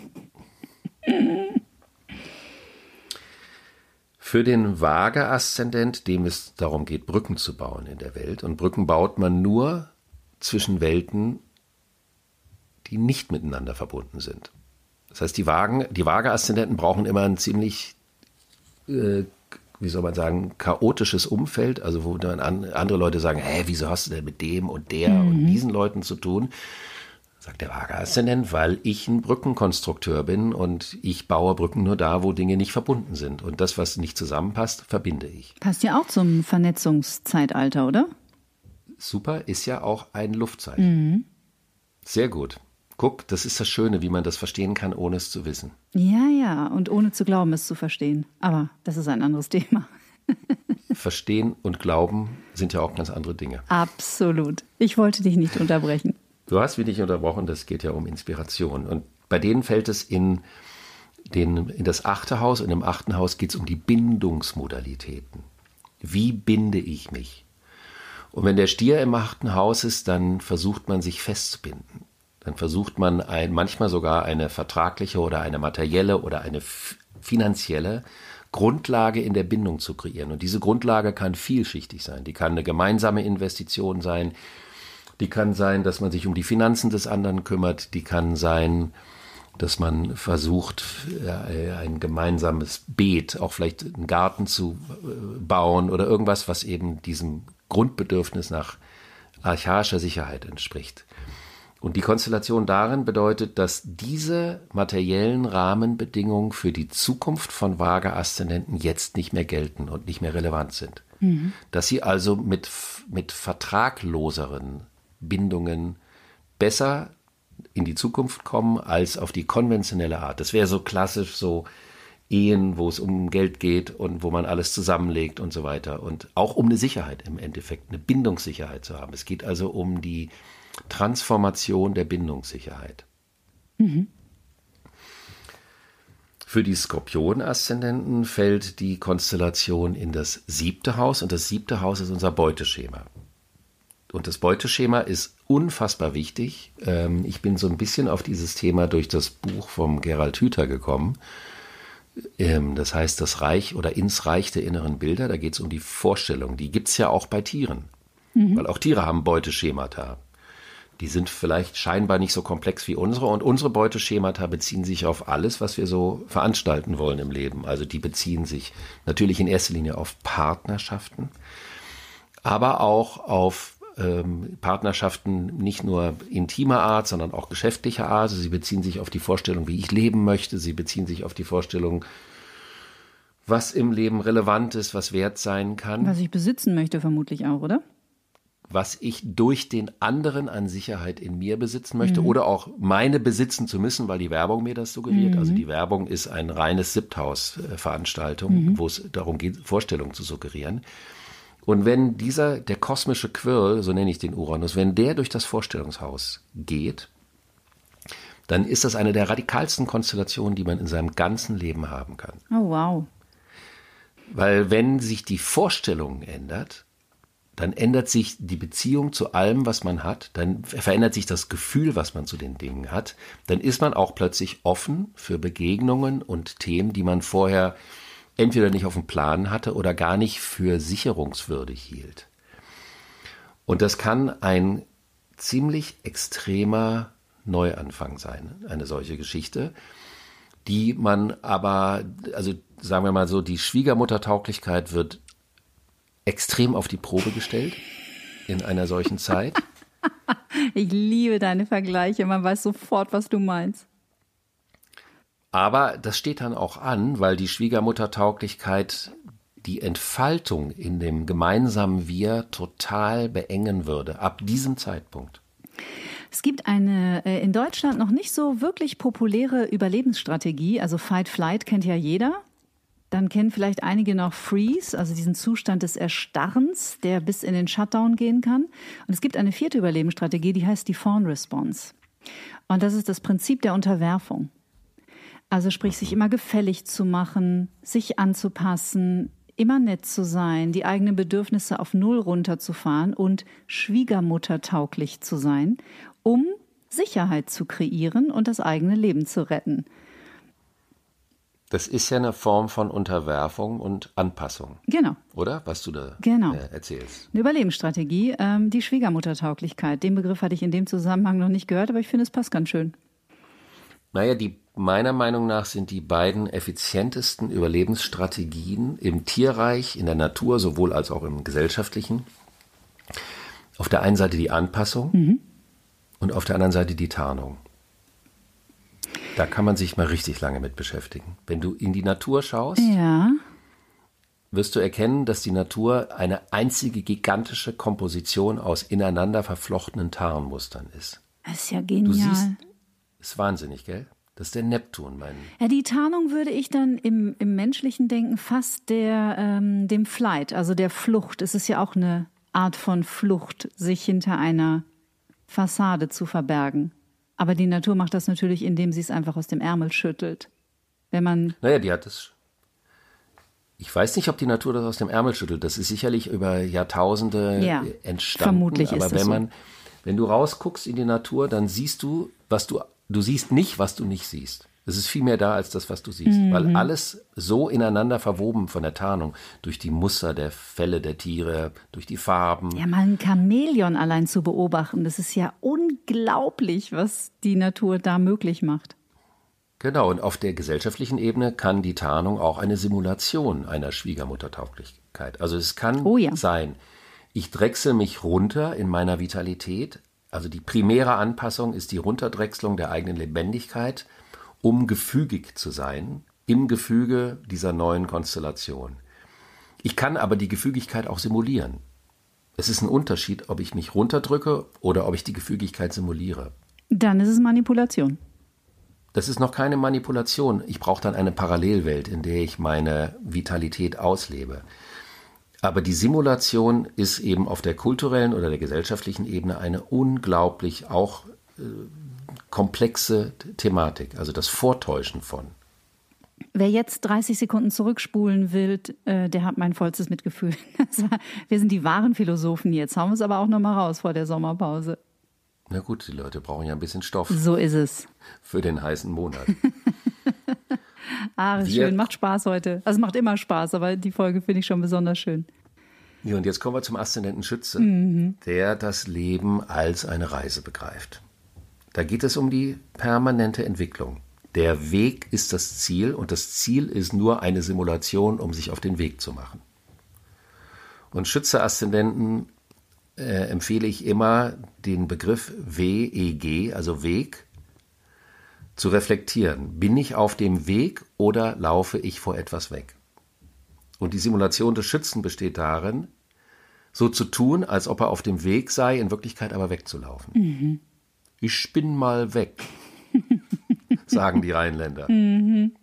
Für den Waage-Aszendent, dem es darum geht, Brücken zu bauen in der Welt. Und Brücken baut man nur zwischen Welten, die nicht miteinander verbunden sind. Das heißt, die Wagen, die Waage-Aszendenten brauchen immer ein ziemlich äh, wie soll man sagen, chaotisches Umfeld, also wo dann an, andere Leute sagen, hä, wieso hast du denn mit dem und der mhm. und diesen Leuten zu tun? Sagt der Waage-Aszendent, weil ich ein Brückenkonstrukteur bin und ich baue Brücken nur da, wo Dinge nicht verbunden sind. Und das, was nicht zusammenpasst, verbinde ich. Passt ja auch zum Vernetzungszeitalter, oder? Super, ist ja auch ein Luftzeichen. Mhm. Sehr gut. Guck, das ist das Schöne, wie man das verstehen kann, ohne es zu wissen. Ja, ja, und ohne zu glauben, es zu verstehen. Aber das ist ein anderes Thema. Verstehen und Glauben sind ja auch ganz andere Dinge. Absolut. Ich wollte dich nicht unterbrechen. Du hast mich nicht unterbrochen, das geht ja um Inspiration. Und bei denen fällt es in, den, in das achte Haus. Und im achten Haus geht es um die Bindungsmodalitäten. Wie binde ich mich? Und wenn der Stier im achten Haus ist, dann versucht man sich festzubinden. Dann versucht man ein, manchmal sogar eine vertragliche oder eine materielle oder eine f- finanzielle Grundlage in der Bindung zu kreieren. Und diese Grundlage kann vielschichtig sein. Die kann eine gemeinsame Investition sein. Die kann sein, dass man sich um die Finanzen des anderen kümmert. Die kann sein, dass man versucht, ein gemeinsames Beet, auch vielleicht einen Garten zu bauen oder irgendwas, was eben diesem Grundbedürfnis nach archaischer Sicherheit entspricht. Und die Konstellation darin bedeutet, dass diese materiellen Rahmenbedingungen für die Zukunft von Waage-Aszendenten jetzt nicht mehr gelten und nicht mehr relevant sind. Mhm. Dass sie also mit, mit vertragloseren Bindungen besser in die Zukunft kommen als auf die konventionelle Art. Das wäre so klassisch so Ehen, wo es um Geld geht und wo man alles zusammenlegt und so weiter. Und auch um eine Sicherheit im Endeffekt, eine Bindungssicherheit zu haben. Es geht also um die Transformation der Bindungssicherheit. Mhm. Für die Skorpion-Aszendenten fällt die Konstellation in das siebte Haus und das siebte Haus ist unser Beuteschema. Und das Beuteschema ist unfassbar wichtig. Ich bin so ein bisschen auf dieses Thema durch das Buch vom Gerald Hüther gekommen. Das heißt, das Reich oder ins Reich der inneren Bilder, da geht es um die Vorstellung. Die gibt es ja auch bei Tieren, mhm. weil auch Tiere haben Beuteschemata. Die sind vielleicht scheinbar nicht so komplex wie unsere und unsere Beuteschemata beziehen sich auf alles, was wir so veranstalten wollen im Leben. Also die beziehen sich natürlich in erster Linie auf Partnerschaften, aber auch auf ähm, Partnerschaften nicht nur intimer Art, sondern auch geschäftlicher Art. Also sie beziehen sich auf die Vorstellung, wie ich leben möchte. Sie beziehen sich auf die Vorstellung, was im Leben relevant ist, was wert sein kann. Was ich besitzen möchte vermutlich auch, oder? Was ich durch den anderen an Sicherheit in mir besitzen möchte mhm. oder auch meine besitzen zu müssen, weil die Werbung mir das suggeriert. Mhm. Also die Werbung ist ein reines Siebthaus-Veranstaltung, mhm. wo es darum geht, Vorstellungen zu suggerieren. Und wenn dieser, der kosmische Quirl, so nenne ich den Uranus, wenn der durch das Vorstellungshaus geht, dann ist das eine der radikalsten Konstellationen, die man in seinem ganzen Leben haben kann. Oh, wow. Weil wenn sich die Vorstellung ändert, dann ändert sich die Beziehung zu allem, was man hat, dann verändert sich das Gefühl, was man zu den Dingen hat, dann ist man auch plötzlich offen für Begegnungen und Themen, die man vorher entweder nicht auf dem Plan hatte oder gar nicht für sicherungswürdig hielt. Und das kann ein ziemlich extremer Neuanfang sein, eine solche Geschichte, die man aber, also sagen wir mal so, die Schwiegermuttertauglichkeit wird extrem auf die Probe gestellt in einer solchen Zeit. Ich liebe deine Vergleiche, man weiß sofort, was du meinst. Aber das steht dann auch an, weil die Schwiegermuttertauglichkeit die Entfaltung in dem gemeinsamen Wir total beengen würde, ab diesem Zeitpunkt. Es gibt eine in Deutschland noch nicht so wirklich populäre Überlebensstrategie, also Fight-Flight kennt ja jeder. Dann kennen vielleicht einige noch Freeze, also diesen Zustand des Erstarrens, der bis in den Shutdown gehen kann. Und es gibt eine vierte Überlebensstrategie, die heißt die Fawn Response. Und das ist das Prinzip der Unterwerfung. Also sprich, sich immer gefällig zu machen, sich anzupassen, immer nett zu sein, die eigenen Bedürfnisse auf Null runterzufahren und schwiegermuttertauglich zu sein, um Sicherheit zu kreieren und das eigene Leben zu retten. Das ist ja eine Form von Unterwerfung und Anpassung. Genau. Oder? Was du da genau. äh, erzählst. Eine Überlebensstrategie, ähm, die Schwiegermuttertauglichkeit. Den Begriff hatte ich in dem Zusammenhang noch nicht gehört, aber ich finde, es passt ganz schön. Naja, die meiner Meinung nach sind die beiden effizientesten Überlebensstrategien im Tierreich, in der Natur, sowohl als auch im gesellschaftlichen. Auf der einen Seite die Anpassung mhm. und auf der anderen Seite die Tarnung. Da kann man sich mal richtig lange mit beschäftigen. Wenn du in die Natur schaust, ja. wirst du erkennen, dass die Natur eine einzige gigantische Komposition aus ineinander verflochtenen Tarnmustern ist. Das ist ja genial. Du siehst, ist wahnsinnig, gell? Das ist der Neptun, mein. Ja, die Tarnung würde ich dann im, im menschlichen Denken fast der, ähm, dem Flight, also der Flucht. Es ist ja auch eine Art von Flucht, sich hinter einer Fassade zu verbergen. Aber die Natur macht das natürlich, indem sie es einfach aus dem Ärmel schüttelt. Wenn man. Naja, die hat es. Ich weiß nicht, ob die Natur das aus dem Ärmel schüttelt. Das ist sicherlich über Jahrtausende ja, entstanden. Vermutlich aber ist wenn das man, so. wenn du rausguckst in die Natur, dann siehst du, was du, du siehst nicht, was du nicht siehst. Es ist viel mehr da als das, was du siehst, mhm. weil alles so ineinander verwoben von der Tarnung, durch die Muster der Felle der Tiere, durch die Farben. Ja, mal ein Chamäleon allein zu beobachten, das ist ja unglaublich, was die Natur da möglich macht. Genau, und auf der gesellschaftlichen Ebene kann die Tarnung auch eine Simulation einer Schwiegermuttertauglichkeit. Also es kann oh ja. sein, ich drechsel mich runter in meiner Vitalität, also die primäre Anpassung ist die Runterdrechselung der eigenen Lebendigkeit, um gefügig zu sein, im Gefüge dieser neuen Konstellation. Ich kann aber die Gefügigkeit auch simulieren. Es ist ein Unterschied, ob ich mich runterdrücke oder ob ich die Gefügigkeit simuliere. Dann ist es Manipulation. Das ist noch keine Manipulation. Ich brauche dann eine Parallelwelt, in der ich meine Vitalität auslebe. Aber die Simulation ist eben auf der kulturellen oder der gesellschaftlichen Ebene eine unglaublich auch äh, komplexe Thematik, also das Vortäuschen von. Wer jetzt dreißig Sekunden zurückspulen will, äh, der hat mein vollstes Mitgefühl. Das war, wir sind die wahren Philosophen jetzt, hauen wir es aber auch noch mal raus vor der Sommerpause. Na gut, die Leute brauchen ja ein bisschen Stoff. So ist es. Für den heißen Monat. Ah, das ist schön, macht Spaß heute. Also es macht immer Spaß, aber die Folge finde ich schon besonders schön. Ja, und jetzt kommen wir zum Aszendenten Schütze, mhm. der das Leben als eine Reise begreift. Da geht es um die permanente Entwicklung. Der Weg ist das Ziel und das Ziel ist nur eine Simulation, um sich auf den Weg zu machen. Und Schütze-Aszendenten äh, empfehle ich immer, den Begriff W E G, also Weg, zu reflektieren. Bin ich auf dem Weg oder laufe ich vor etwas weg? Und die Simulation des Schützen besteht darin, so zu tun, als ob er auf dem Weg sei, in Wirklichkeit aber wegzulaufen. Mhm. Ich bin mal weg, sagen die Rheinländer. Mhm.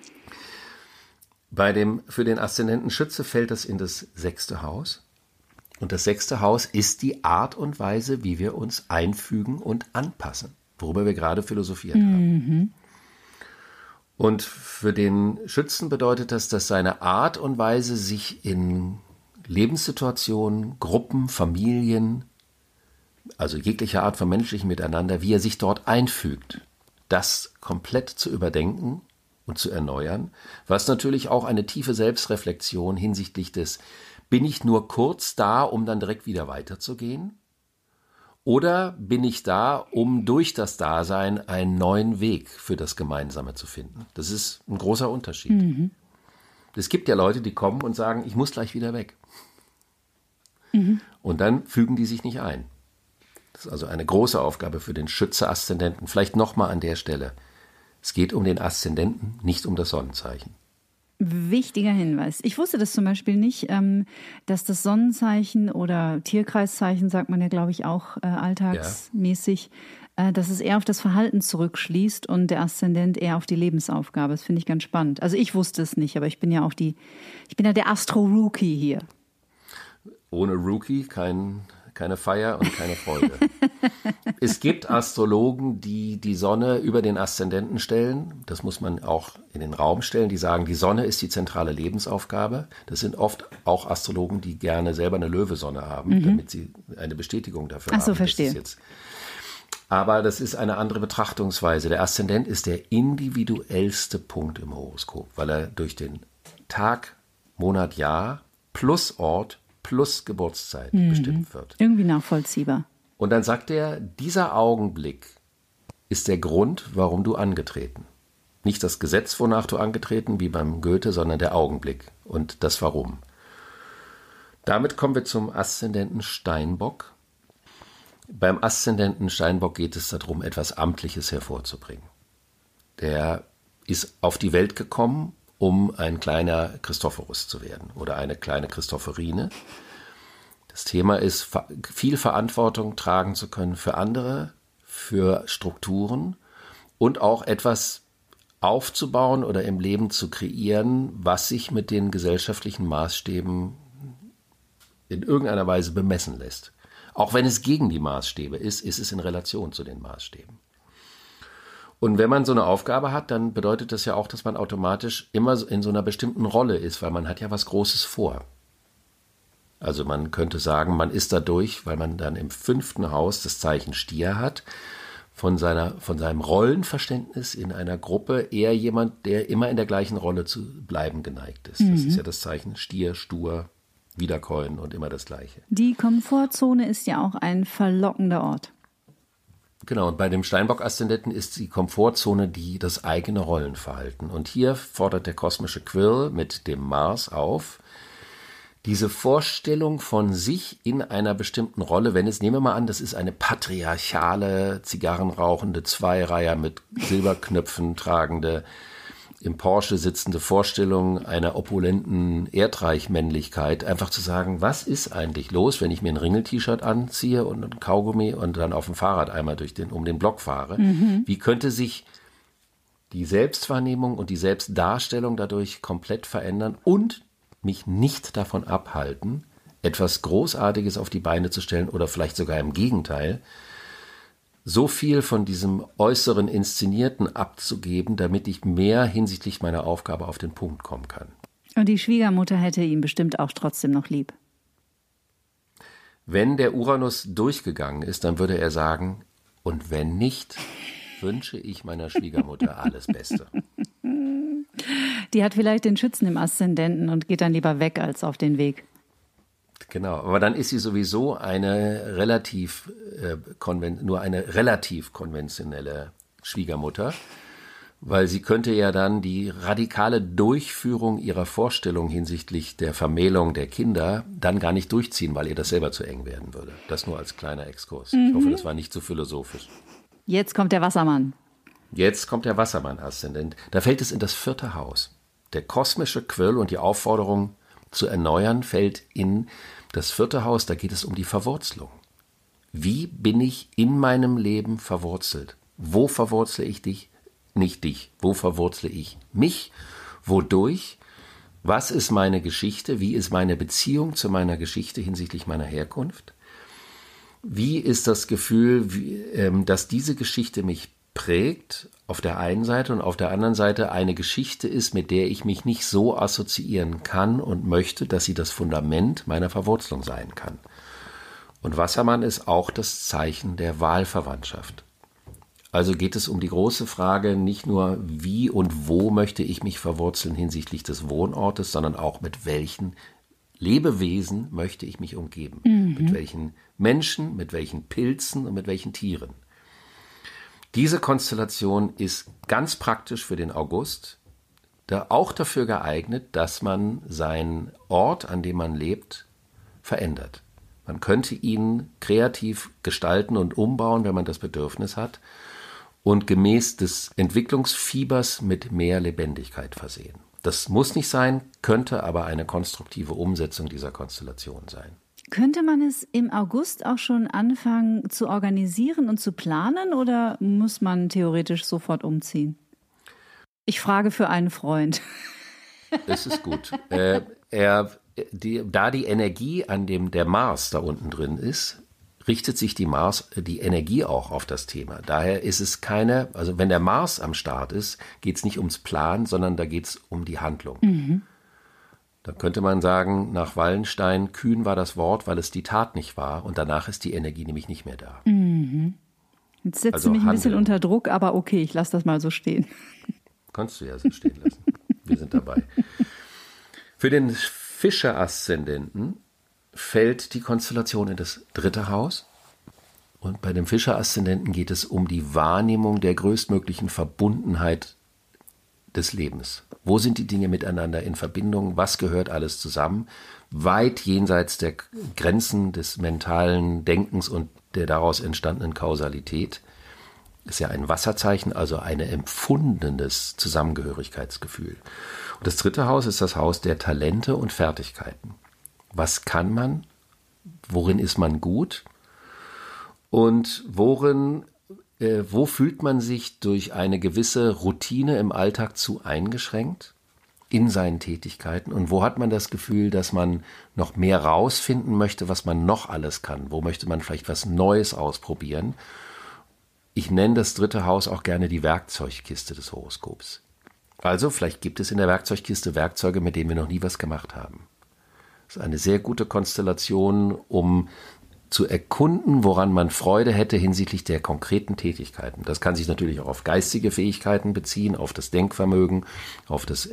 Bei dem, für den Aszendenten Schütze fällt das in das sechste Haus. Und das sechste Haus ist die Art und Weise, wie wir uns einfügen und anpassen, worüber wir gerade philosophiert mhm. haben. Und für den Schützen bedeutet das, dass seine Art und Weise, sich in Lebenssituationen, Gruppen, Familien, also jeglicher Art von menschlichem Miteinander, wie er sich dort einfügt, das komplett zu überdenken und zu erneuern, was natürlich auch eine tiefe Selbstreflexion hinsichtlich des, bin ich nur kurz da, um dann direkt wieder weiterzugehen? Oder bin ich da, um durch das Dasein einen neuen Weg für das Gemeinsame zu finden? Das ist ein großer Unterschied. Mhm. Es gibt ja Leute, die kommen und sagen, ich muss gleich wieder weg. Mhm. Und dann fügen die sich nicht ein. Das ist also eine große Aufgabe für den Schütze-Aszendenten. Vielleicht nochmal an der Stelle. Es geht um den Aszendenten, nicht um das Sonnenzeichen. Wichtiger Hinweis. Ich wusste das zum Beispiel nicht, dass das Sonnenzeichen oder Tierkreiszeichen, sagt man ja, glaube ich, auch äh, alltagsmäßig, ja. äh, dass es eher auf das Verhalten zurückschließt und der Aszendent eher auf die Lebensaufgabe. Das finde ich ganz spannend. Also ich wusste es nicht, aber ich bin ja auch die, ich bin ja der Astro-Rookie hier. Ohne Rookie kein, keine Feier und keine Freude. Es gibt Astrologen, die die Sonne über den Aszendenten stellen. Das muss man auch in den Raum stellen. Die sagen, die Sonne ist die zentrale Lebensaufgabe. Das sind oft auch Astrologen, die gerne selber eine Löwesonne haben, mhm. damit sie eine Bestätigung dafür Ach so, haben. verstehe. Das ist jetzt, aber das ist eine andere Betrachtungsweise. Der Aszendent ist der individuellste Punkt im Horoskop, weil er durch den Tag, Monat, Jahr plus Ort plus Geburtszeit mhm. bestimmt wird. Irgendwie nachvollziehbar. Und dann sagt er, dieser Augenblick ist der Grund, warum du angetreten. Nicht das Gesetz, wonach du angetreten, wie beim Goethe, sondern der Augenblick und das Warum. Damit kommen wir zum Aszendenten Steinbock. Beim Aszendenten Steinbock geht es darum, etwas Amtliches hervorzubringen. Der ist auf die Welt gekommen, um ein kleiner Christophorus zu werden oder eine kleine Christopherine. Das Thema ist, viel Verantwortung tragen zu können für andere, für Strukturen und auch etwas aufzubauen oder im Leben zu kreieren, was sich mit den gesellschaftlichen Maßstäben in irgendeiner Weise bemessen lässt. Auch wenn es gegen die Maßstäbe ist, ist es in Relation zu den Maßstäben. Und wenn man so eine Aufgabe hat, dann bedeutet das ja auch, dass man automatisch immer in so einer bestimmten Rolle ist, weil man hat ja was Großes vor. Also man könnte sagen, man ist dadurch, weil man dann im fünften Haus das Zeichen Stier hat, von seiner, von seinem Rollenverständnis in einer Gruppe eher jemand, der immer in der gleichen Rolle zu bleiben geneigt ist. Mhm. Das ist ja das Zeichen Stier, Stur, Wiederkäuen und immer das Gleiche. Die Komfortzone ist ja auch ein verlockender Ort. Genau, und bei dem Steinbock-Aszendenten ist die Komfortzone die das eigene Rollenverhalten. Und hier fordert der kosmische Quirl mit dem Mars auf, diese Vorstellung von sich in einer bestimmten Rolle, wenn es, nehmen wir mal an, das ist eine patriarchale, zigarrenrauchende Zweireiher mit Silberknöpfen tragende, im Porsche sitzende Vorstellung einer opulenten Erdreichmännlichkeit, einfach zu sagen, was ist eigentlich los, wenn ich mir ein Ringel-T-Shirt anziehe und ein Kaugummi und dann auf dem Fahrrad einmal durch den, um den Block fahre? Mhm. Wie könnte sich die Selbstwahrnehmung und die Selbstdarstellung dadurch komplett verändern und mich nicht davon abhalten, etwas Großartiges auf die Beine zu stellen oder vielleicht sogar im Gegenteil, so viel von diesem äußeren Inszenierten abzugeben, damit ich mehr hinsichtlich meiner Aufgabe auf den Punkt kommen kann. Und die Schwiegermutter hätte ihn bestimmt auch trotzdem noch lieb. Wenn der Uranus durchgegangen ist, dann würde er sagen, und wenn nicht, wünsche ich meiner Schwiegermutter alles Beste. Die hat vielleicht den Schützen im Aszendenten und geht dann lieber weg als auf den Weg. Genau, aber dann ist sie sowieso eine relativ äh, konven- nur eine relativ konventionelle Schwiegermutter, weil sie könnte ja dann die radikale Durchführung ihrer Vorstellung hinsichtlich der Vermählung der Kinder dann gar nicht durchziehen, weil ihr das selber zu eng werden würde. Das nur als kleiner Exkurs. Mhm. Ich hoffe, das war nicht zu philosophisch. Jetzt kommt der Wassermann. Jetzt kommt der Wassermann-Aszendent. Da fällt es in das vierte Haus. Der kosmische Quirl und die Aufforderung zu erneuern fällt in das vierte Haus. Da geht es um die Verwurzelung. Wie bin ich in meinem Leben verwurzelt? Wo verwurzle ich dich? Nicht dich. Wo verwurzle ich mich? Wodurch? Was ist meine Geschichte? Wie ist meine Beziehung zu meiner Geschichte hinsichtlich meiner Herkunft? Wie ist das Gefühl, wie, ähm, dass diese Geschichte mich prägt auf der einen Seite und auf der anderen Seite eine Geschichte ist, mit der ich mich nicht so assoziieren kann und möchte, dass sie das Fundament meiner Verwurzelung sein kann. Und Wassermann ist auch das Zeichen der Wahlverwandtschaft. Also geht es um die große Frage, nicht nur wie und wo möchte ich mich verwurzeln hinsichtlich des Wohnortes, sondern auch mit welchen Lebewesen möchte ich mich umgeben. Mhm. Mit welchen Menschen, mit welchen Pilzen und mit welchen Tieren. Diese Konstellation ist ganz praktisch für den August, da auch dafür geeignet, dass man seinen Ort, an dem man lebt, verändert. Man könnte ihn kreativ gestalten und umbauen, wenn man das Bedürfnis hat, und gemäß des Entwicklungsfiebers mit mehr Lebendigkeit versehen. Das muss nicht sein, könnte aber eine konstruktive Umsetzung dieser Konstellation sein. Könnte man es im August auch schon anfangen zu organisieren und zu planen oder muss man theoretisch sofort umziehen? Ich frage für einen Freund. Es ist gut. äh, er, die, da die Energie an dem der Mars da unten drin ist, richtet sich die Mars, die Energie auch auf das Thema. Daher ist es keine, also wenn der Mars am Start ist, geht es nicht ums Planen, sondern da geht es um die Handlung. Mhm. Da könnte man sagen, nach Wallenstein, kühn war das Wort, weil es die Tat nicht war und danach ist die Energie nämlich nicht mehr da. Mhm. Jetzt setzt also du mich ein bisschen unter Druck, aber okay, ich lasse das mal so stehen. Kannst du ja so stehen lassen. Wir sind dabei. Für den Fischer-Aszendenten fällt die Konstellation in das dritte Haus. Und bei dem Fischer-Aszendenten geht es um die Wahrnehmung der größtmöglichen Verbundenheit des Lebens. Wo sind die Dinge miteinander in Verbindung? Was gehört alles zusammen? Weit jenseits der Grenzen des mentalen Denkens und der daraus entstandenen Kausalität. Ist ja ein Wasserzeichen, also ein empfundenes Zusammengehörigkeitsgefühl. Und das dritte Haus ist das Haus der Talente und Fertigkeiten. Was kann man? Worin ist man gut? Und worin, äh, wo fühlt man sich durch eine gewisse Routine im Alltag zu eingeschränkt in seinen Tätigkeiten? Und wo hat man das Gefühl, dass man noch mehr rausfinden möchte, was man noch alles kann? Wo möchte man vielleicht was Neues ausprobieren? Ich nenne das dritte Haus auch gerne die Werkzeugkiste des Horoskops. Also vielleicht gibt es in der Werkzeugkiste Werkzeuge, mit denen wir noch nie was gemacht haben. Das ist eine sehr gute Konstellation, um zu erkunden, woran man Freude hätte hinsichtlich der konkreten Tätigkeiten. Das kann sich natürlich auch auf geistige Fähigkeiten beziehen, auf das Denkvermögen, auf das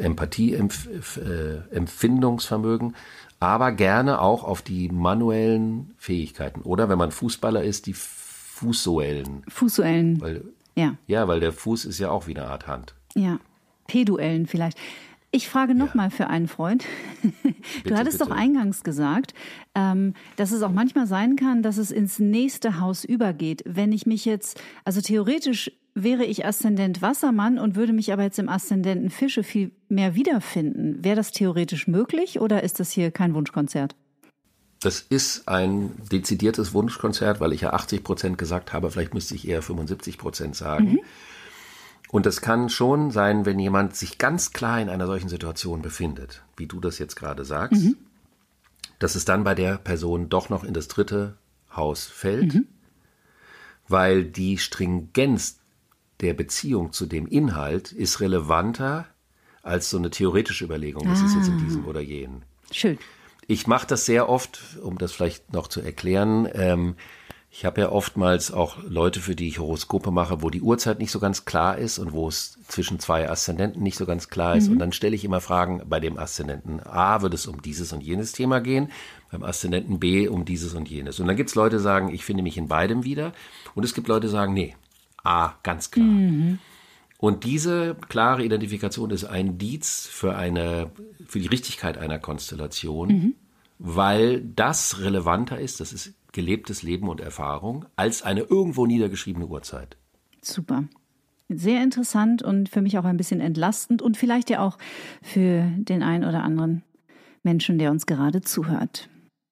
Empathie-Empfindungsvermögen, aber gerne auch auf die manuellen Fähigkeiten. Oder wenn man Fußballer ist, die Fußsoellen. Fußsoellen. Weil, ja. Ja, weil der Fuß ist ja auch wie eine Art Hand. Ja, P-Duellen vielleicht. Ich frage noch Ja. mal für einen Freund. Du Bitte, hattest bitte. doch eingangs gesagt, ähm, dass es auch manchmal sein kann, dass es ins nächste Haus übergeht. Wenn ich mich jetzt, also theoretisch wäre ich Aszendent Wassermann und würde mich aber jetzt im Aszendenten Fische viel mehr wiederfinden. Wäre das theoretisch möglich oder ist das hier kein Wunschkonzert? Das ist ein dezidiertes Wunschkonzert, weil ich ja achtzig Prozent gesagt habe, vielleicht müsste ich eher fünfundsiebzig Prozent sagen. Mhm. Und das kann schon sein, wenn jemand sich ganz klar in einer solchen Situation befindet, wie du das jetzt gerade sagst, mhm. dass es dann bei der Person doch noch in das dritte Haus fällt, mhm. weil die Stringenz der Beziehung zu dem Inhalt ist relevanter als so eine theoretische Überlegung, das ah. ist jetzt in diesem oder jenen. Schön. Ich mache das sehr oft, um das vielleicht noch zu erklären. Ähm, ich habe ja oftmals auch Leute, für die ich Horoskope mache, wo die Uhrzeit nicht so ganz klar ist und wo es zwischen zwei Aszendenten nicht so ganz klar ist. Mhm. Und dann stelle ich immer Fragen, bei dem Aszendenten A wird es um dieses und jenes Thema gehen, beim Aszendenten B um dieses und jenes. Und dann gibt es Leute, die sagen, ich finde mich in beidem wieder. Und es gibt Leute, die sagen, nee, A, ganz klar. Mhm. Und diese klare Identifikation ist ein Indiz für eine, für die Richtigkeit einer Konstellation, mhm. weil das relevanter ist, das ist gelebtes Leben und Erfahrung, als eine irgendwo niedergeschriebene Uhrzeit. Super. Sehr interessant und für mich auch ein bisschen entlastend und vielleicht ja auch für den einen oder anderen Menschen, der uns gerade zuhört.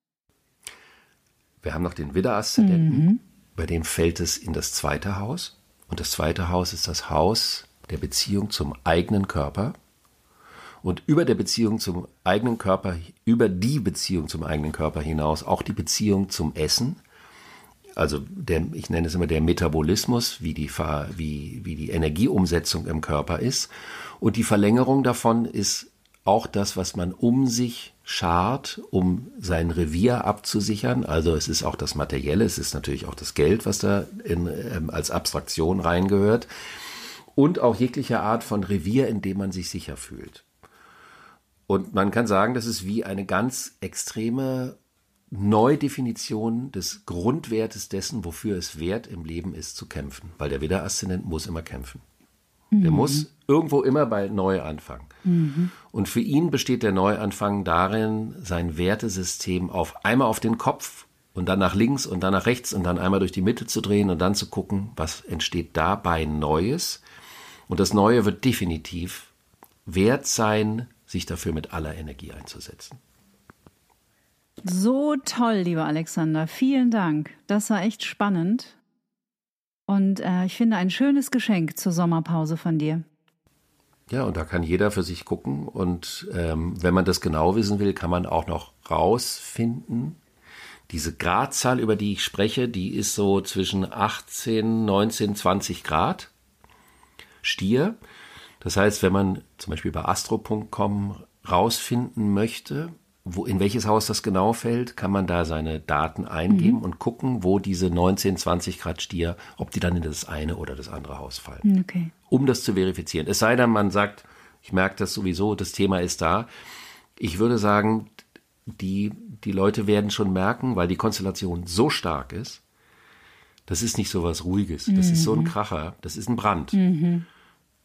Wir haben noch den Widder-Aszendenten, Mhm. bei dem fällt es in das zweite Haus. Und das zweite Haus ist das Haus der Beziehung zum eigenen Körper. Und über der Beziehung zum eigenen Körper, über die Beziehung zum eigenen Körper hinaus auch die Beziehung zum Essen. Also der, ich nenne es immer der Metabolismus, wie die, wie, wie die Energieumsetzung im Körper ist. Und die Verlängerung davon ist auch das, was man um sich schart, um sein Revier abzusichern. Also es ist auch das Materielle, es ist natürlich auch das Geld, was da in, ähm, als Abstraktion reingehört. Und auch jegliche Art von Revier, in dem man sich sicher fühlt. Und man kann sagen, das ist wie eine ganz extreme Neudefinition des Grundwertes dessen, wofür es wert im Leben ist, zu kämpfen. Weil der Widder-Aszendent muss immer kämpfen. Mhm. Der muss irgendwo immer bei neu anfangen. Mhm. Und für ihn besteht der Neuanfang darin, sein Wertesystem auf einmal auf den Kopf und dann nach links und dann nach rechts und dann einmal durch die Mitte zu drehen und dann zu gucken, was entsteht dabei Neues. Und das Neue wird definitiv wert sein, sich dafür mit aller Energie einzusetzen. So toll, lieber Alexander. Vielen Dank. Das war echt spannend. Und äh, ich finde ein schönes Geschenk zur Sommerpause von dir. Ja, und da kann jeder für sich gucken. Und ähm, wenn man das genau wissen will, kann man auch noch rausfinden. Diese Gradzahl, über die ich spreche, die ist so zwischen achtzehn, neunzehn, zwanzig Grad. Stier. Das heißt, wenn man zum Beispiel bei astro punkt com rausfinden möchte, wo, in welches Haus das genau fällt, kann man da seine Daten eingeben mhm. und gucken, wo diese neunzehn, zwanzig Grad Stier, ob die dann in das eine oder das andere Haus fallen. Okay. Um das zu verifizieren. Es sei denn, man sagt, ich merke das sowieso, das Thema ist da. Ich würde sagen, die, die Leute werden schon merken, weil die Konstellation so stark ist, das ist nicht so was Ruhiges. Das mhm. ist so ein Kracher, das ist ein Brand. Mhm.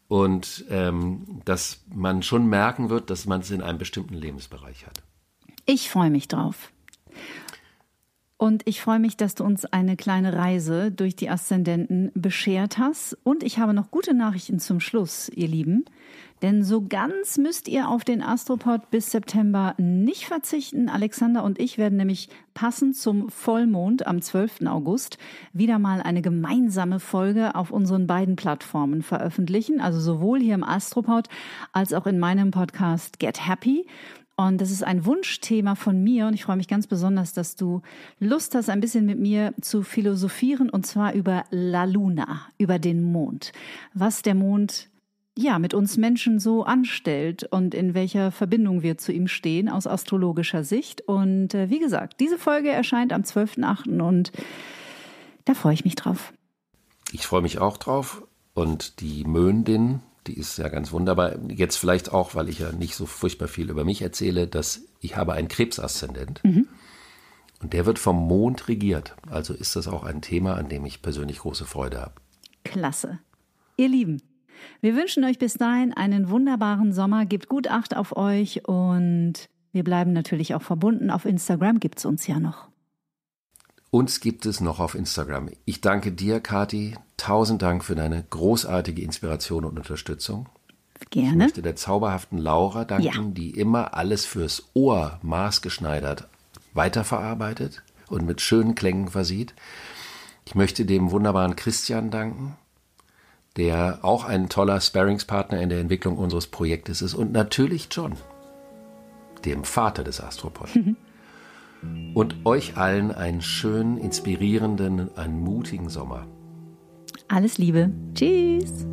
und ähm, dass man schon merken wird, dass man es in einem bestimmten Lebensbereich hat. Ich freue mich drauf. Und ich freue mich, dass du uns eine kleine Reise durch die Aszendenten beschert hast. Und ich habe noch gute Nachrichten zum Schluss, ihr Lieben. Denn so ganz müsst ihr auf den Astropod bis September nicht verzichten. Alexander und ich werden nämlich passend zum Vollmond am zwölften August wieder mal eine gemeinsame Folge auf unseren beiden Plattformen veröffentlichen. Also sowohl hier im Astropod als auch in meinem Podcast Get Happy. Und das ist ein Wunschthema von mir und ich freue mich ganz besonders, dass du Lust hast, ein bisschen mit mir zu philosophieren und zwar über La Luna, über den Mond. Was der Mond ja mit uns Menschen so anstellt und in welcher Verbindung wir zu ihm stehen aus astrologischer Sicht. Und äh, wie gesagt, diese Folge erscheint am zwölften achten und da freue ich mich drauf. Ich freue mich auch drauf und die Möndin, die ist ja ganz wunderbar. Jetzt vielleicht auch, weil ich ja nicht so furchtbar viel über mich erzähle, dass ich habe einen Krebsaszendent mhm. und der wird vom Mond regiert. Also ist das auch ein Thema, an dem ich persönlich große Freude habe. Klasse. Ihr Lieben, wir wünschen euch bis dahin einen wunderbaren Sommer. Gebt gut Acht auf euch und wir bleiben natürlich auch verbunden. Auf Instagram gibt es uns ja noch. Uns gibt es noch auf Instagram. Ich danke dir, Kathi. Tausend Dank für deine großartige Inspiration und Unterstützung. Gerne. Ich möchte der zauberhaften Laura danken, ja. die immer alles fürs Ohr maßgeschneidert weiterverarbeitet und mit schönen Klängen versieht. Ich möchte dem wunderbaren Christian danken, der auch ein toller Sparringspartner in der Entwicklung unseres Projektes ist. Und natürlich John, dem Vater des Astropod. Und euch allen einen schönen, inspirierenden, einen mutigen Sommer. Alles Liebe. Tschüss.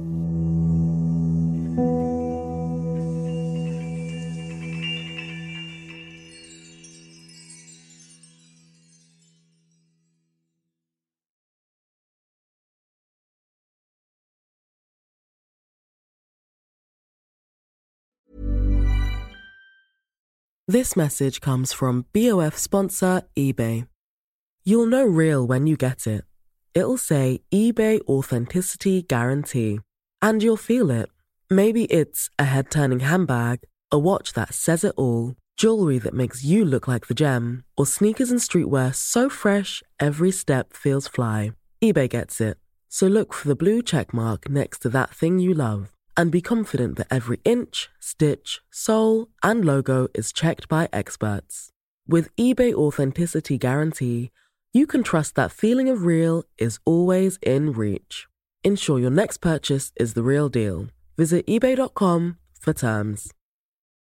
This message comes from B O F sponsor eBay. You'll know real when you get it. It'll say eBay Authenticity Guarantee. And you'll feel it. Maybe it's a head-turning handbag, a watch that says it all, jewelry that makes you look like the gem, or sneakers and streetwear so fresh every step feels fly. eBay gets it. So look for the blue check mark next to that thing you love. And be confident that every inch, stitch, sole, and logo is checked by experts. With eBay Authenticity Guarantee, you can trust that feeling of real is always in reach. Ensure your next purchase is the real deal. Visit ebay dot com for terms.